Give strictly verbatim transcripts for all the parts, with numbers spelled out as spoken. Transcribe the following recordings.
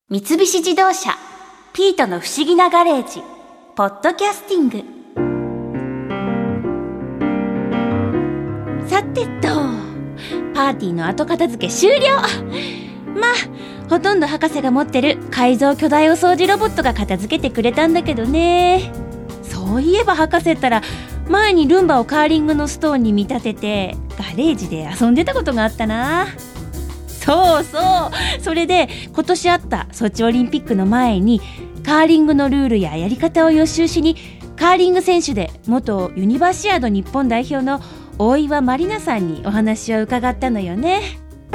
三菱自動車ピートの不思議なガレージポッドキャスティング。さてとパーティーの後片付け終了。まあほとんど博士が持ってる改造巨大お掃除ロボットが片付けてくれたんだけどね。そういえば博士ったら前にルンバをカーリングのストーンに見立ててガレージで遊んでたことがあったな。そうそう、それで今年あったソチオリンピックの前にカーリングのルールややり方を予習しにカーリング選手で元ユニバーシアード日本代表の大岩まりなさんにお話を伺ったのよね。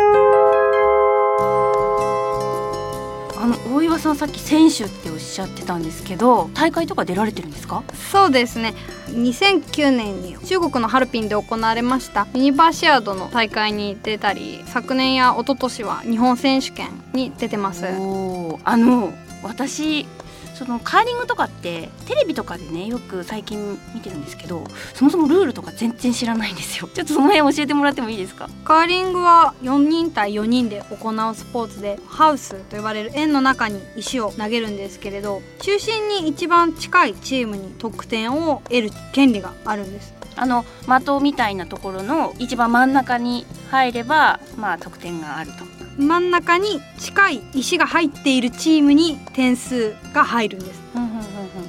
あの大岩さん、さっき選手っておっしゃってたんですけど、大会とか出られてるんですか？ そうですね、にせんきゅうねんに中国のハルピンで行われましたユニバーシアードの大会に出たり、昨年や一昨年は日本選手権に出てます。 おー、あの私そのカーリングとかってテレビとかでねよく最近見てるんですけど、そもそもルールとか全然知らないんですよ。ちょっとその辺教えてもらってもいいですか？ カーリングはよにん対よにんで行うスポーツで、ハウスと呼ばれる円の中に石を投げるんですけれど、中心に一番近いチームに得点を得る権利があるんです。 あの的みたいなところの一番真ん中に入ればまあ得点があると。 真ん中に近い石が入っているチームに点数が入るんです。 うんうんうんうん、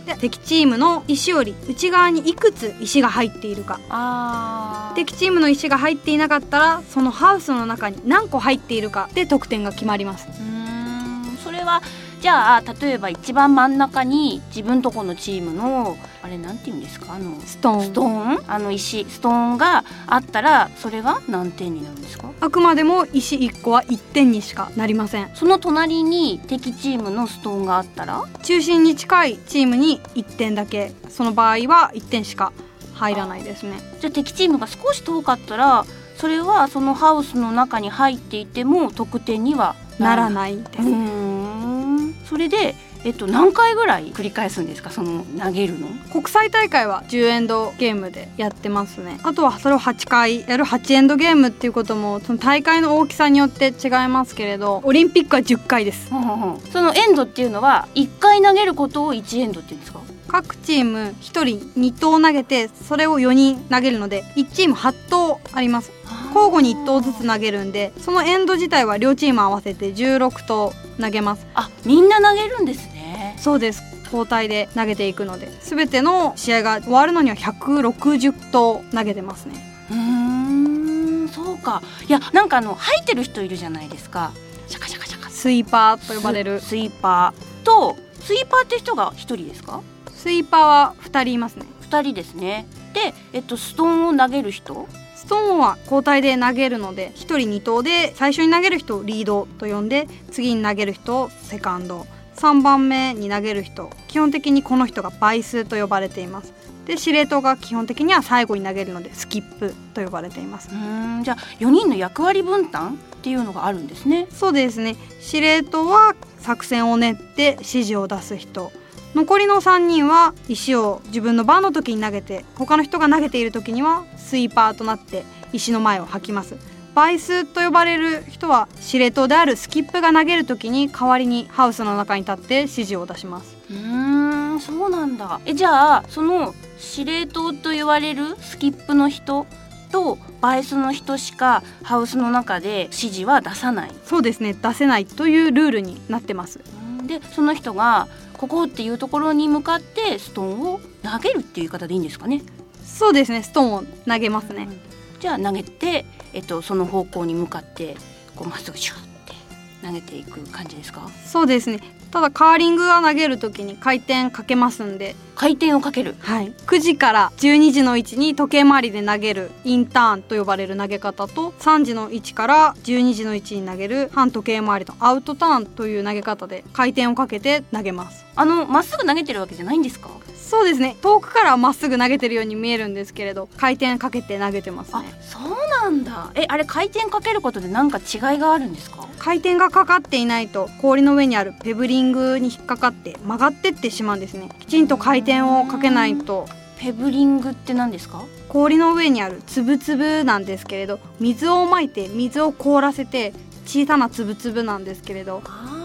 で敵チームの石より内側にいくつ石が入っているか、 あ敵チームの石が入っていなかったらそのハウスの中に何個入っているかで得点が決まります。 うーん、それはじゃあ例えば一番真ん中に自分とこのチームのあれなんて言うんですか、あのストーンストーンあの石ストーンがあったらそれが何点になるんですか？ あくまでも石いっこはいってんにしかなりません。 その隣に敵チームのストーンがあったら中心に近いチームにいってんだけ、その場合はいってんしか入らないですね。 じゃあ敵チームが少し遠かったらそれはそのハウスの中に入っていても得点にはならないです。 うーん、それでえっと、何回ぐらい繰り返すんですか、その投げるの？ 国際大会はじゅうエンドゲームでやってますね。あとはそれをはちかいやるはちエンドゲームっていうこともその大会の大きさによって違いますけれど、オリンピックはじゅっかいです。 ほんほんほん、そのエンドっていうのはいっかい投げることをいちエンドって言うんですか？ 各チームひとりに投投げてそれをよにん投げるのでいちチームはち投あります。交互にいち投ずつ投げるんで、そのエンド自体は両チーム合わせてじゅうろく投投げます。 あ、みんな投げるんですね。 そうです、交代で投げていくので全ての試合が終わるのにはひゃくろくじゅう投投げてますね。 うーん、そうか。いや、なんかあの入ってる人いるじゃないですか。シャカシャカシャカ、 スイーパーと呼ばれるス、スイーパーとスイーパーって人がひとりですか？ スイーパーはふたりいますね。 ふたりですね。で、えっと、ストーンを投げる人ストーンは交代で投げるのでひとりに投で、最初に投げる人をリードと呼んで、次に投げる人をセカンド、さんばんめに投げる人、基本的にこの人がバイスと呼ばれています。で司令塔が基本的には最後に投げるのでスキップと呼ばれています。 うーん、じゃあよにんの役割分担っていうのがあるんですね。 そうですね、司令塔は作戦を練って指示を出す人、残りのさんにんは石を自分の番の時に投げて、他の人が投げている時にはスイーパーとなって石の前を掃きます。バイスと呼ばれる人は司令塔であるスキップが投げる時に代わりにハウスの中に立って指示を出します。 うーん、そうなんだ。え、じゃあその司令塔と言われるスキップの人とバイスの人しかハウスの中で指示は出さない？ そうですね、出せないというルールになってます。 でその人がここっていうところに向かってストーンを投げるっていう言い方でいいんですかね？ そうですね、ストーンを投げますね。 じゃあ投げて、えっと、その方向に向かってこうまっすぐシュッて投げていく感じですか？ そうですね、ただカーリングは投げるときに回転かけますんで、 回転をかける、 はい、くじからじゅうにじの位置に時計回りで投げるインターンと呼ばれる投げ方と、さんじの位置からじゅうにじの位置に投げる反時計回りのアウトターンという投げ方で回転をかけて投げます。 あのまっすぐ投げてるわけじゃないんですか？ そうですね、遠くからまっすぐ投げてるように見えるんですけれど、回転かけて投げてますね。 あ、そうなんだ。え、あれ回転かけることで何か違いがあるんですか？ 回転がかかっていないと氷の上にあるペブリングに引っかかって曲がってってしまうんですね。きちんと回転をかけないと。 ペブリングって何ですか？ 氷の上にあるつぶつぶなんですけれど、水をまいて水を凍らせて小さなつぶつぶなんですけれど、 あ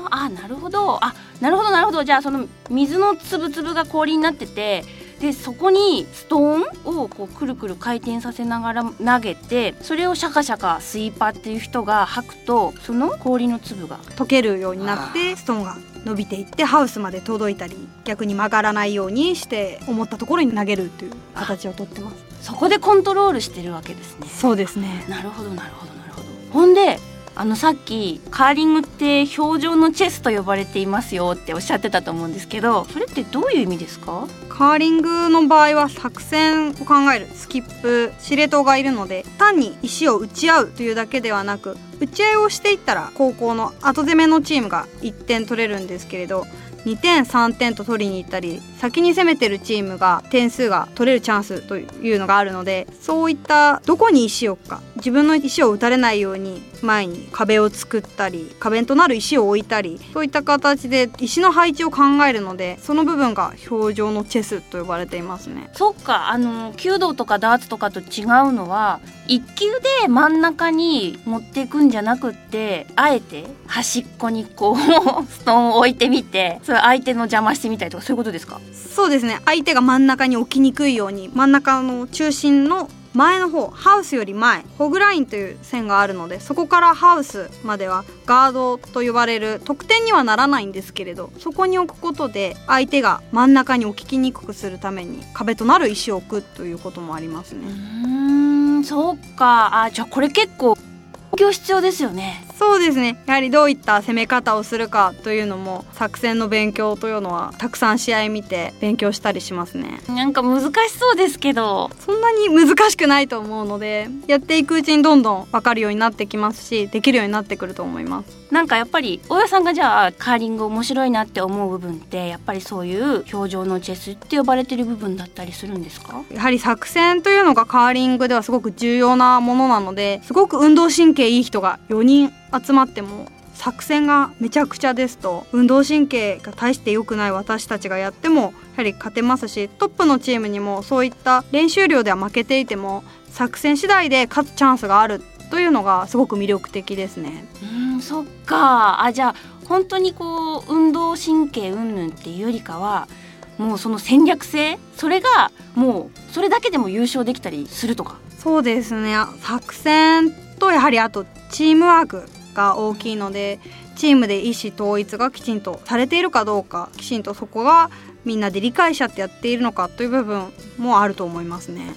あなるほどあなるほどなるほどじゃあその水のつぶつぶが氷になっててでそこにストーンをこうくるくる回転させながら投げてそれをシャカシャカスイーパーっていう人が吐くとその氷の粒が溶けるようになってストーンが伸びていってハウスまで届いたり逆に曲がらないようにして思ったところに投げるという形をとってます。 そこでコントロールしてるわけですね。 そうですね。 なるほどなるほどなるほど。ほんであのさっきカーリングって氷上のチェスと呼ばれていますよっておっしゃってたと思うんですけどそれってどういう意味ですか？ カーリングの場合は作戦を考えるスキップ司令塔がいるので単に石を打ち合うというだけではなく打ち合いをしていったら後攻の後攻めのチームがいってん取れるんですけれどにてんさんてんと取りに行ったり先に攻めてるチームが点数が取れるチャンスというのがあるのでそういったどこに石を置くか自分の石を打たれないように前に壁を作ったり壁となる石を置いたりそういった形で石の配置を考えるのでその部分が氷上のチェスと呼ばれていますね。 そっかあの弓道とかダーツとかと違うのはいっ球で真ん中に持っていくんじゃなくってあえて端っこにこうストーンを置いてみてそれ相手の邪魔してみたりとかそういうことですか？ そうですね。相手が真ん中に置きにくいように真ん中の中心の前の方ハウスより前ホグラインという線があるのでそこからハウスまではガードと呼ばれる得点にはならないんですけれどそこに置くことで相手が真ん中に置きにくくするために壁となる石を置くということもありますね。 うーんそうかあじゃあこれ結構勉強必要ですよね。 そうですね。やはりどういった攻め方をするかというのも作戦の勉強というのはたくさん試合見て勉強したりしますね。 なんか難しそうですけどそんなに難しくないと思うのでやっていくうちにどんどん分かるようになってきますしできるようになってくると思います。 なんかやっぱり大家さんがじゃあカーリング面白いなって思う部分ってやっぱりそういう氷上のチェスって呼ばれてる部分だったりするんですか？ やはり作戦というのがカーリングではすごく重要なものなのですごく運動神経いい人がよにん集まっても作戦がめちゃくちゃですと運動神経が大して良くない私たちがやってもやはり勝てますしトップのチームにもそういった練習量では負けていても作戦次第で勝つチャンスがあるというのがすごく魅力的ですね。 うーんそっかあじゃあ本当にこう運動神経云々っていうよりかはもうその戦略性それがもうそれだけでも優勝できたりするとか。 そうですね。作戦とやはりあとチームワークが大きいのでチームで意思統一がきちんとされているかどうかきちんとそこがみんなで理解し合ってやっているのかという部分もあると思いますね。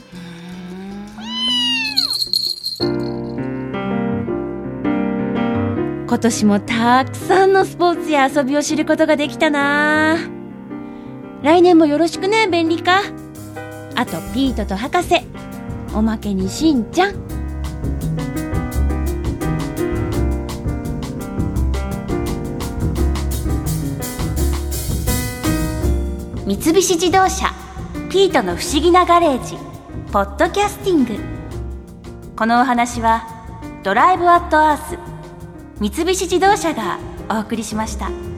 今年もたくさんのスポーツや遊びを知ることができたな。来年もよろしくね便利か。あとピートと博士おまけにしんちゃん。三菱自動車ピートの不思議なガレージポッドキャスティング。このお話はドライブアットアース三菱自動車がお送りしました。